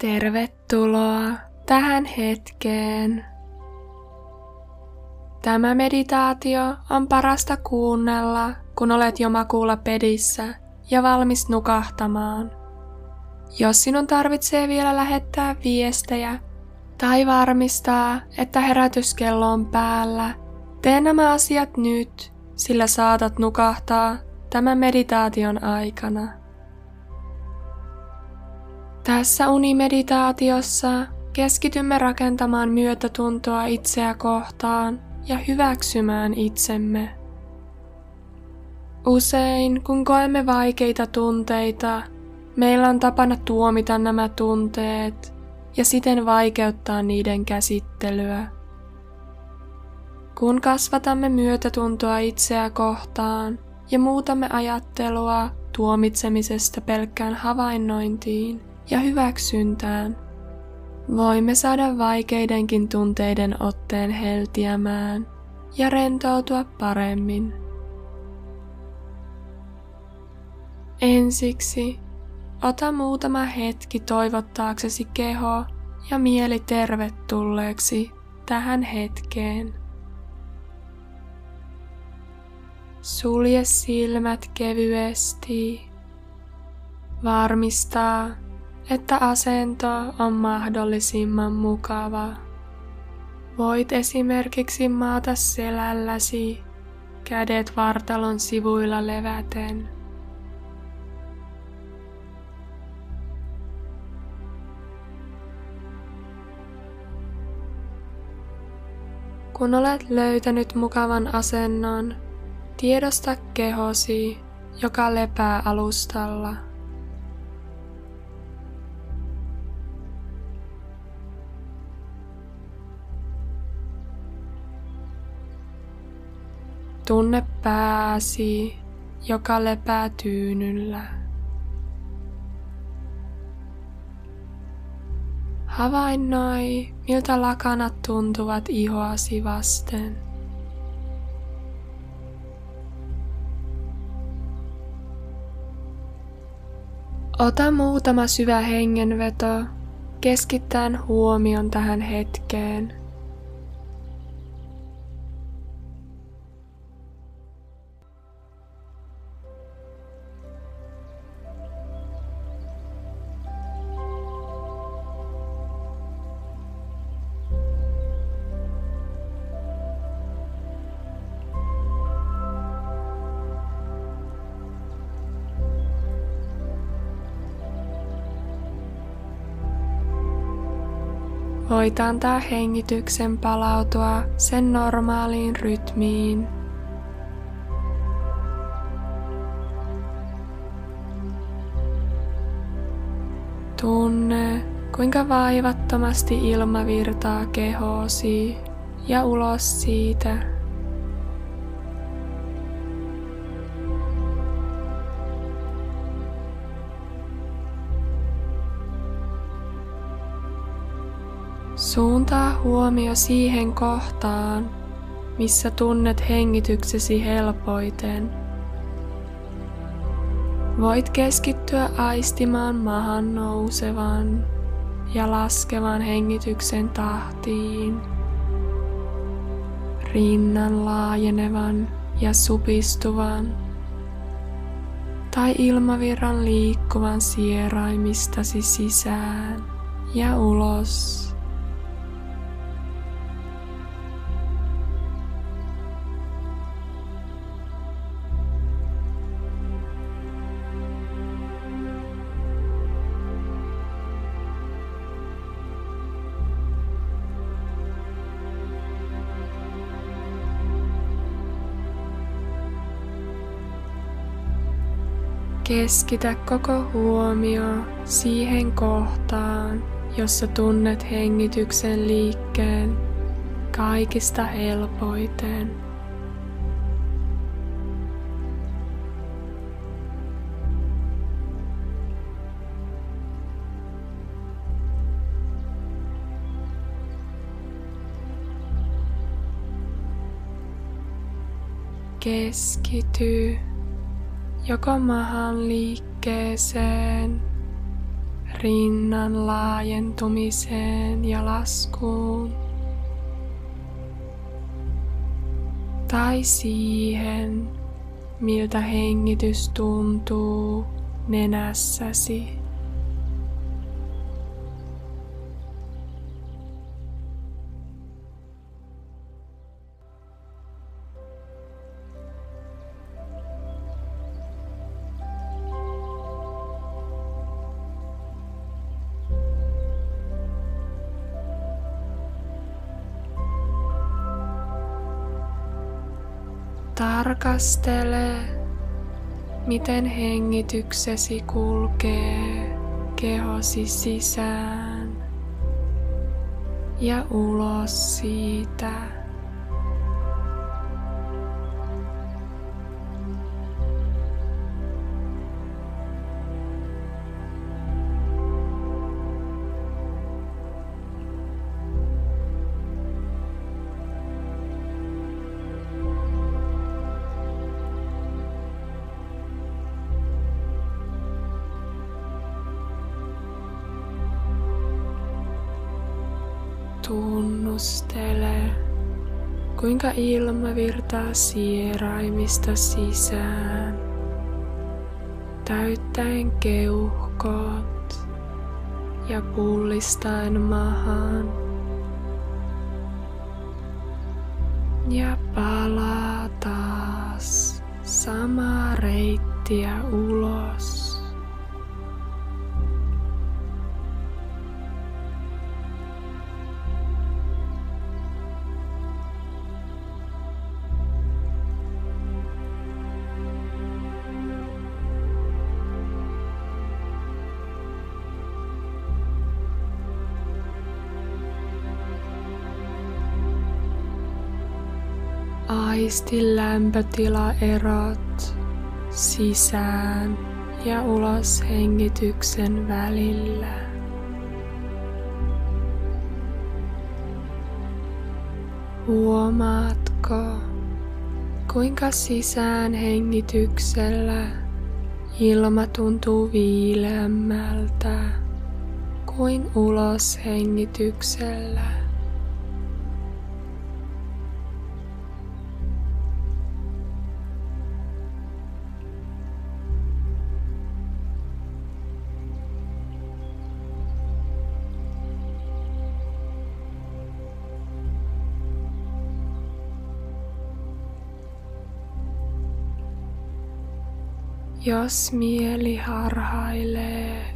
Tervetuloa tähän hetkeen. Tämä meditaatio on parasta kuunnella, kun olet jo makuulla pedissä ja valmis nukahtamaan. Jos sinun tarvitsee vielä lähettää viestejä tai varmistaa, että herätyskello on päällä, tee nämä asiat nyt, sillä saatat nukahtaa tämän meditaation aikana. Tässä unimeditaatiossa keskitymme rakentamaan myötätuntoa itseä kohtaan ja hyväksymään itsemme. Usein, kun koemme vaikeita tunteita, meillä on tapana tuomita nämä tunteet ja siten vaikeuttaa niiden käsittelyä. Kun kasvatamme myötätuntoa itseä kohtaan ja muutamme ajattelua tuomitsemisesta pelkkään havainnointiin ja hyväksyntään, voimme saada vaikeidenkin tunteiden otteen heltiämään ja rentoutua paremmin. Ensiksi ota muutama hetki toivottaaksesi keho ja mieli tervetulleeksi tähän hetkeen. Sulje silmät kevyesti. Varmistaa, että asento on mahdollisimman mukava. Voit esimerkiksi maata selälläsi, kädet vartalon sivuilla leväten. Kun olet löytänyt mukavan asennon, tiedosta kehosi, joka lepää alustalla. Tunne pääsi, joka lepää tyynyllä. Havainnoi, miltä lakanat tuntuvat ihoasi vasten. Ota muutama syvä hengenveto, keskittäen huomion tähän hetkeen. Voit antaa hengityksen palautua sen normaaliin rytmiin. Tunne, kuinka vaivattomasti ilma virtaa kehoosi ja ulos siitä. Suuntaa huomio siihen kohtaan, missä tunnet hengityksesi helpoiten. Voit keskittyä aistimaan mahan nousevan ja laskevan hengityksen tahtiin, rinnan laajenevan ja supistuvan, tai ilmavirran liikkuvan sieraimistasi sisään ja ulos. Keskitä koko huomio siihen kohtaan, jossa tunnet hengityksen liikkeen kaikista helpoiten. Keskity joko mahan liikkeeseen, rinnan laajentumiseen ja laskuun. Tai siihen, miltä hengitys tuntuu nenässäsi. Tarkastele, miten hengityksesi kulkee kehosi sisään ja ulos siitä. Tunnustele, kuinka ilma virtaa sieraimista sisään, täyttäen keuhkot ja pullistaen mahan. Ja palaa taas samaa reittiä ulos. Aisti lämpötilaerot sisään ja ulos hengityksen välillä. Huomaatko, kuinka sisään hengityksellä ilma tuntuu viileämmältä kuin ulos hengityksellä? Jos mieli harhailee,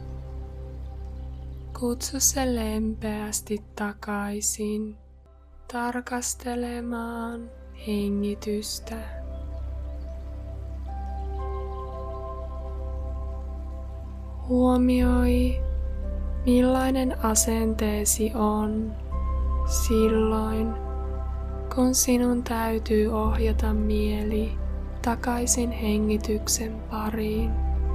kutsu se lempeästi takaisin tarkastelemaan hengitystä. Huomioi, millainen asenteesi on silloin, kun sinun täytyy ohjata mieli takaisin hengityksen pariin.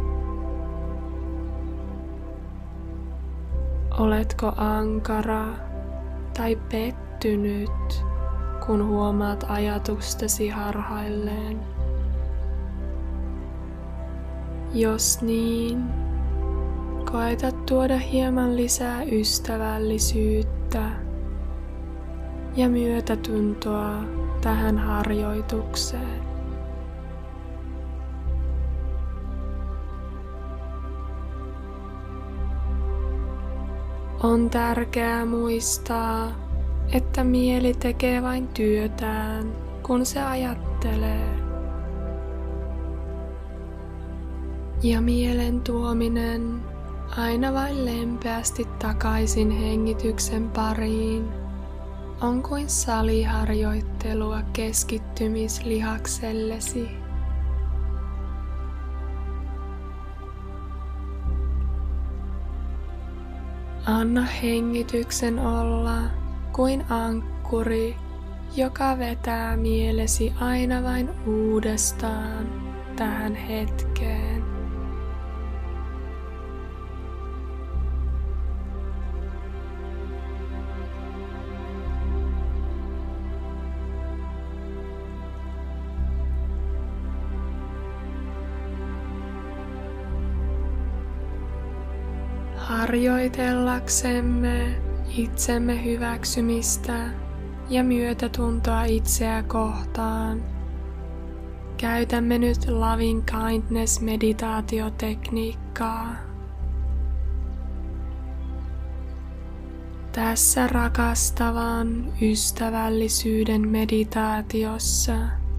Oletko ankara tai pettynyt, kun huomaat ajatustesi harhailleen? Jos niin, koeta tuoda hieman lisää ystävällisyyttä ja myötätuntoa tähän harjoitukseen. On tärkeää muistaa, että mieli tekee vain työtään, kun se ajattelee. Ja mielen tuominen aina vain lempeästi takaisin hengityksen pariin on kuin saliharjoittelua keskittymislihaksellesi. Anna hengityksen olla kuin ankkuri, joka vetää mielesi aina vain uudestaan tähän hetkeen. Harjoitellaksemme itsemme hyväksymistä ja myötätuntoa itseä kohtaan, käytämme nyt Loving Kindness meditaatiotekniikkaa. Tässä rakastavan ystävällisyyden meditaatiossa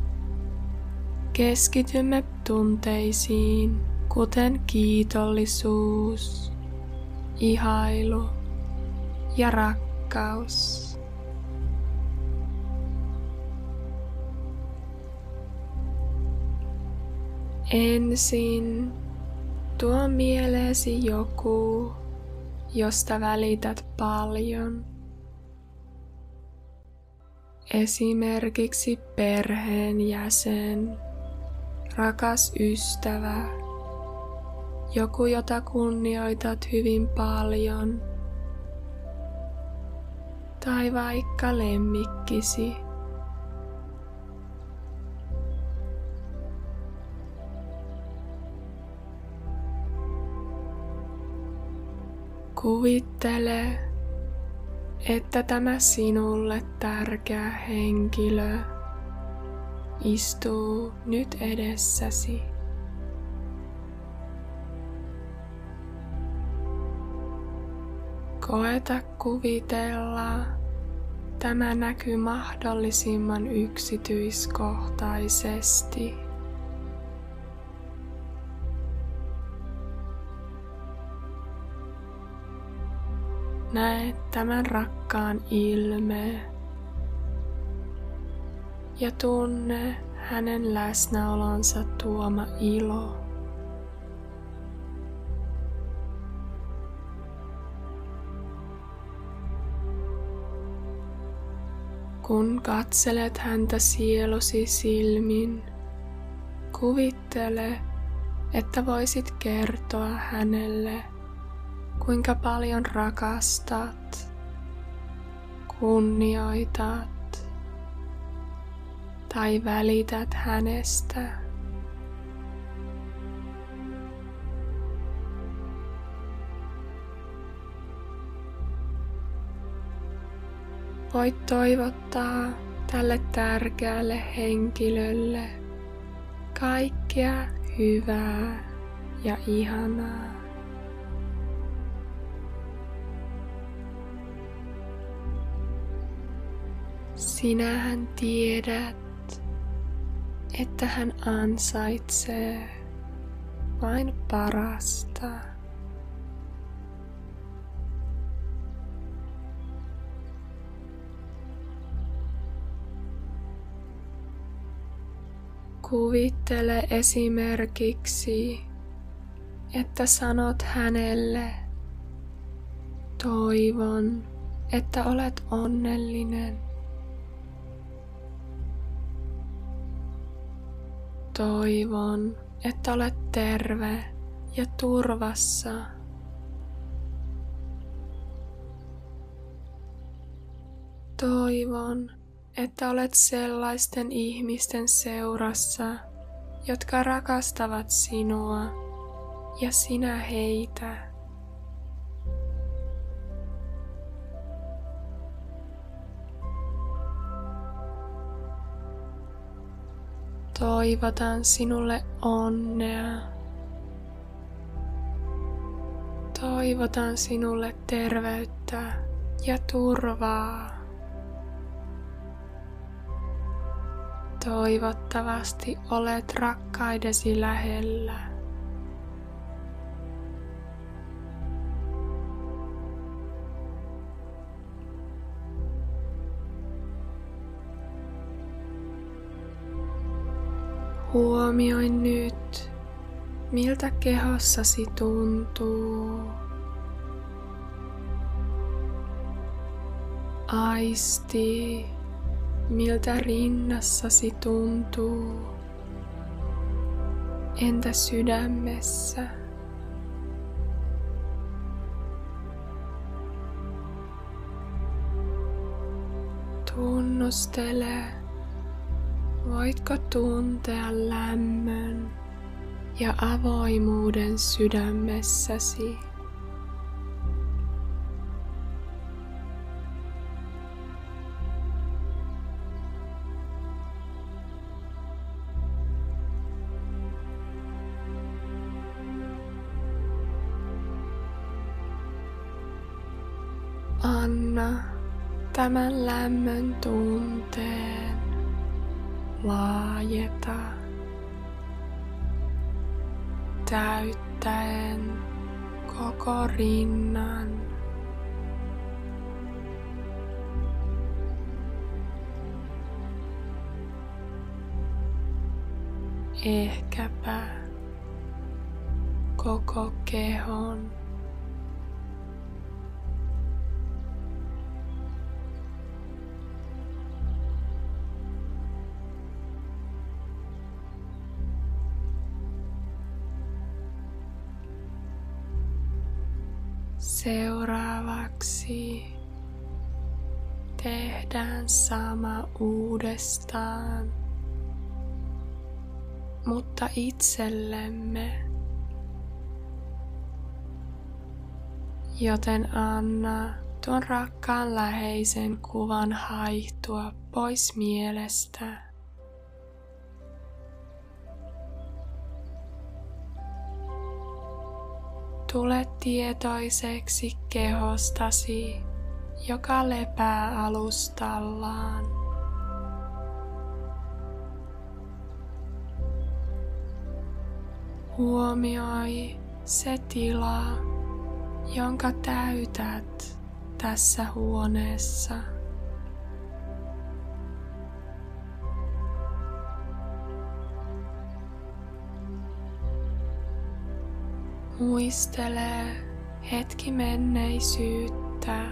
keskitymme tunteisiin, kuten kiitollisuus, ihailu ja rakkaus. Ensin tuo mieleesi joku, josta välität paljon. Esimerkiksi perheenjäsen, rakas ystävä, joku jota kunnioitat hyvin paljon, tai vaikka lemmikkisi. Kuvittele, että tämä sinulle tärkeä henkilö istuu nyt edessäsi. Koeta kuvitella tämä näky mahdollisimman yksityiskohtaisesti. Näe tämän rakkaan ilme ja tunne hänen läsnäolonsa tuoma ilo. Kun katselet häntä sielusi silmin, kuvittele, että voisit kertoa hänelle, kuinka paljon rakastat, kunnioitat tai välität hänestä. Voit toivottaa tälle tärkeälle henkilölle kaikkea hyvää ja ihanaa. Sinähän tiedät, että hän ansaitsee vain parasta. Kuvittele esimerkiksi, että sanot hänelle, toivon, että olet onnellinen. Toivon, että olet terve ja turvassa. Toivon, että olet sellaisten ihmisten seurassa, jotka rakastavat sinua ja sinä heitä. Toivotan sinulle onnea. Toivotan sinulle terveyttä ja turvaa. Toivottavasti olet rakkaidesi lähellä. Huomioi nyt, miltä kehossasi tuntuu. Aisti, miltä rinnassasi tuntuu. Entä sydämessä? Tunnustele, voitko tuntea lämmön ja avoimuuden sydämessäsi? Anna tämän lämmön tunteen laajeta, täyttäen koko rinnan. Ehkäpä koko kehon. Seuraavaksi tehdään sama uudestaan, mutta itsellemme. Joten anna tuon rakkaan läheisen kuvan haihtua pois mielestä. Tule tietoiseksi kehostasi, joka lepää alustallaan. Huomioi se tila, jonka täytät tässä huoneessa. Muistele hetki menneisyyttä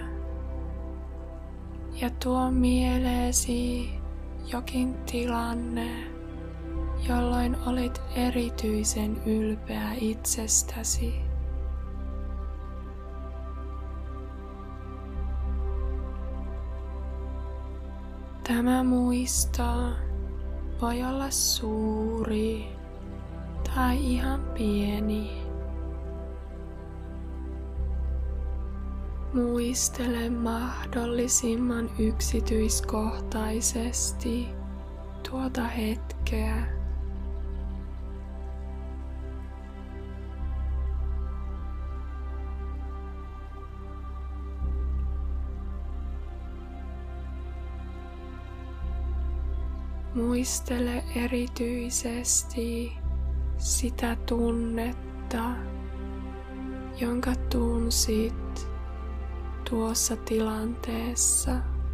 ja tuo mieleesi jokin tilanne, jolloin olit erityisen ylpeä itsestäsi. Tämä muisto voi olla suuri tai ihan pieni. Muistele mahdollisimman yksityiskohtaisesti tuota hetkeä. Muistele erityisesti sitä tunnetta, jonka tunsit tuossa tilanteessa.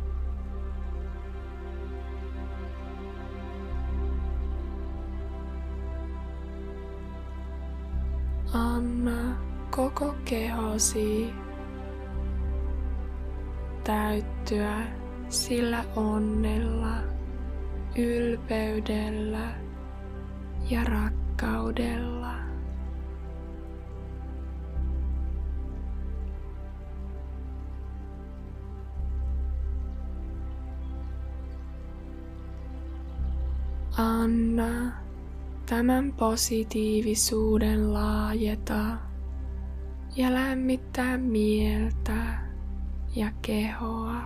Anna koko kehosi täyttyä sillä onnella, ylpeydellä ja rakkaudella. Anna tämän positiivisuuden laajeta ja lämmittää mieltä ja kehoa.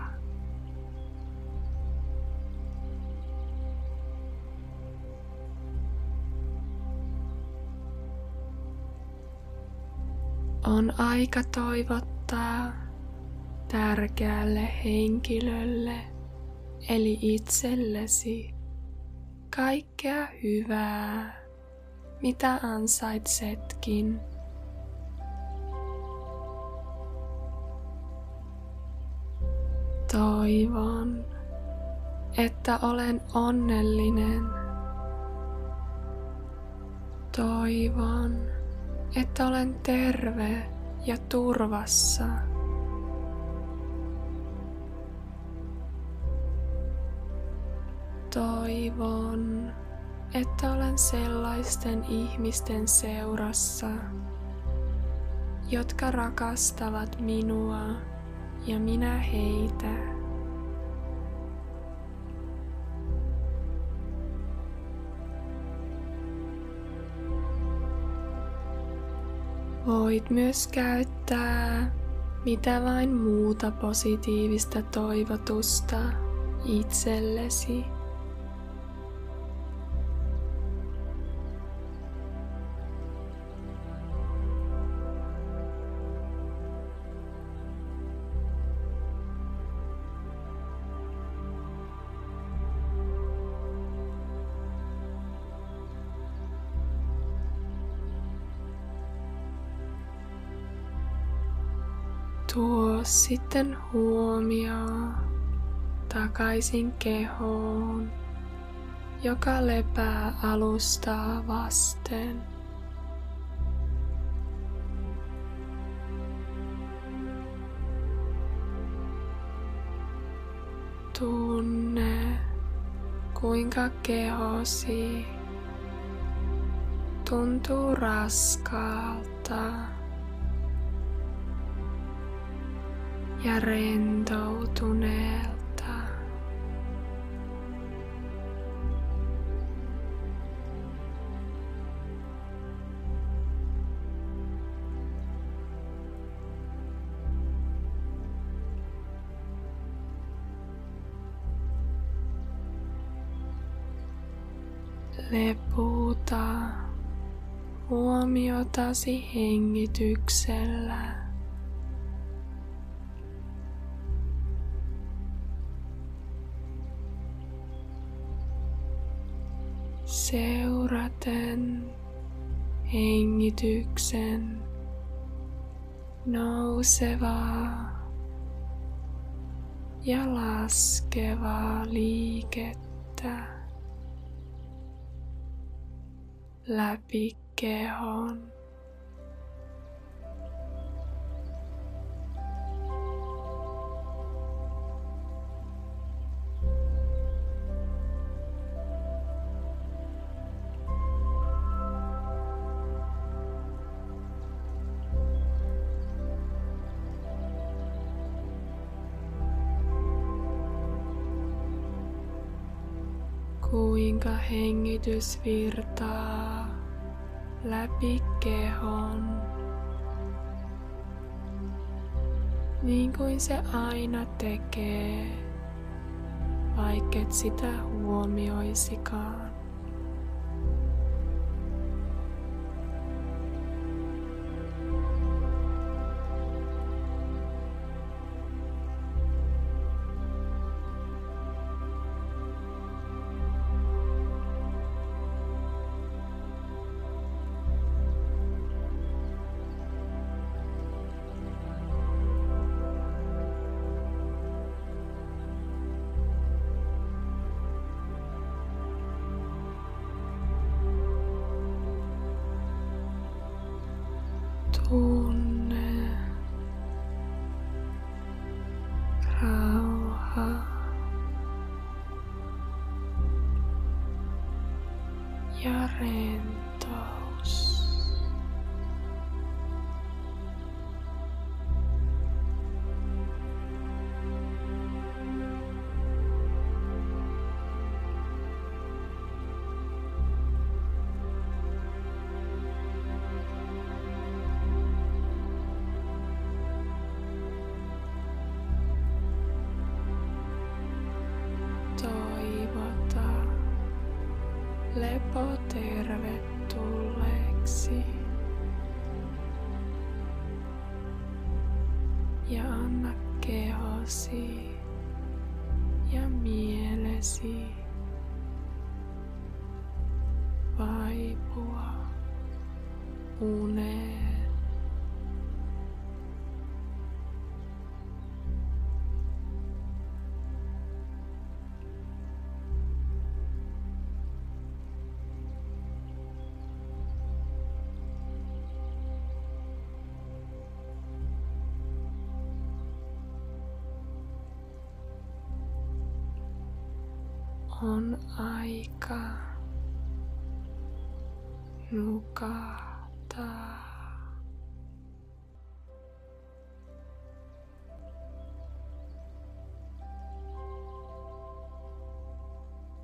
On aika toivottaa tärkeälle henkilölle eli itsellesi kaikkea hyvää, mitä ansaitsetkin. Toivon, että olen onnellinen. Toivon, että olen terve ja turvassa. Toivon, että olen sellaisten ihmisten seurassa, jotka rakastavat minua ja minä heitä. Voit myös käyttää mitä vain muuta positiivista toivotusta itsellesi. Tuo sitten huomio takaisin kehoon, joka lepää alustaa vasten. Tunne, kuinka kehosi tuntuu raskaalta ja rentoutuneelta. Lepuuta huomiotasi hengityksellä. Seuraten hengityksen nousevaa ja laskevaa liikettä läpi kehon. Kuinka hengitys virtaa läpi kehon, niin kuin se aina tekee, vaikket sitä huomioisikaan. Tunne rauha ja rentous. Lepo tervetulleeksi ja anna kehosi ja mielesi vaipua uneen. On aika nukahtaa.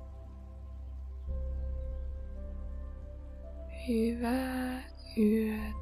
Hyvää yötä.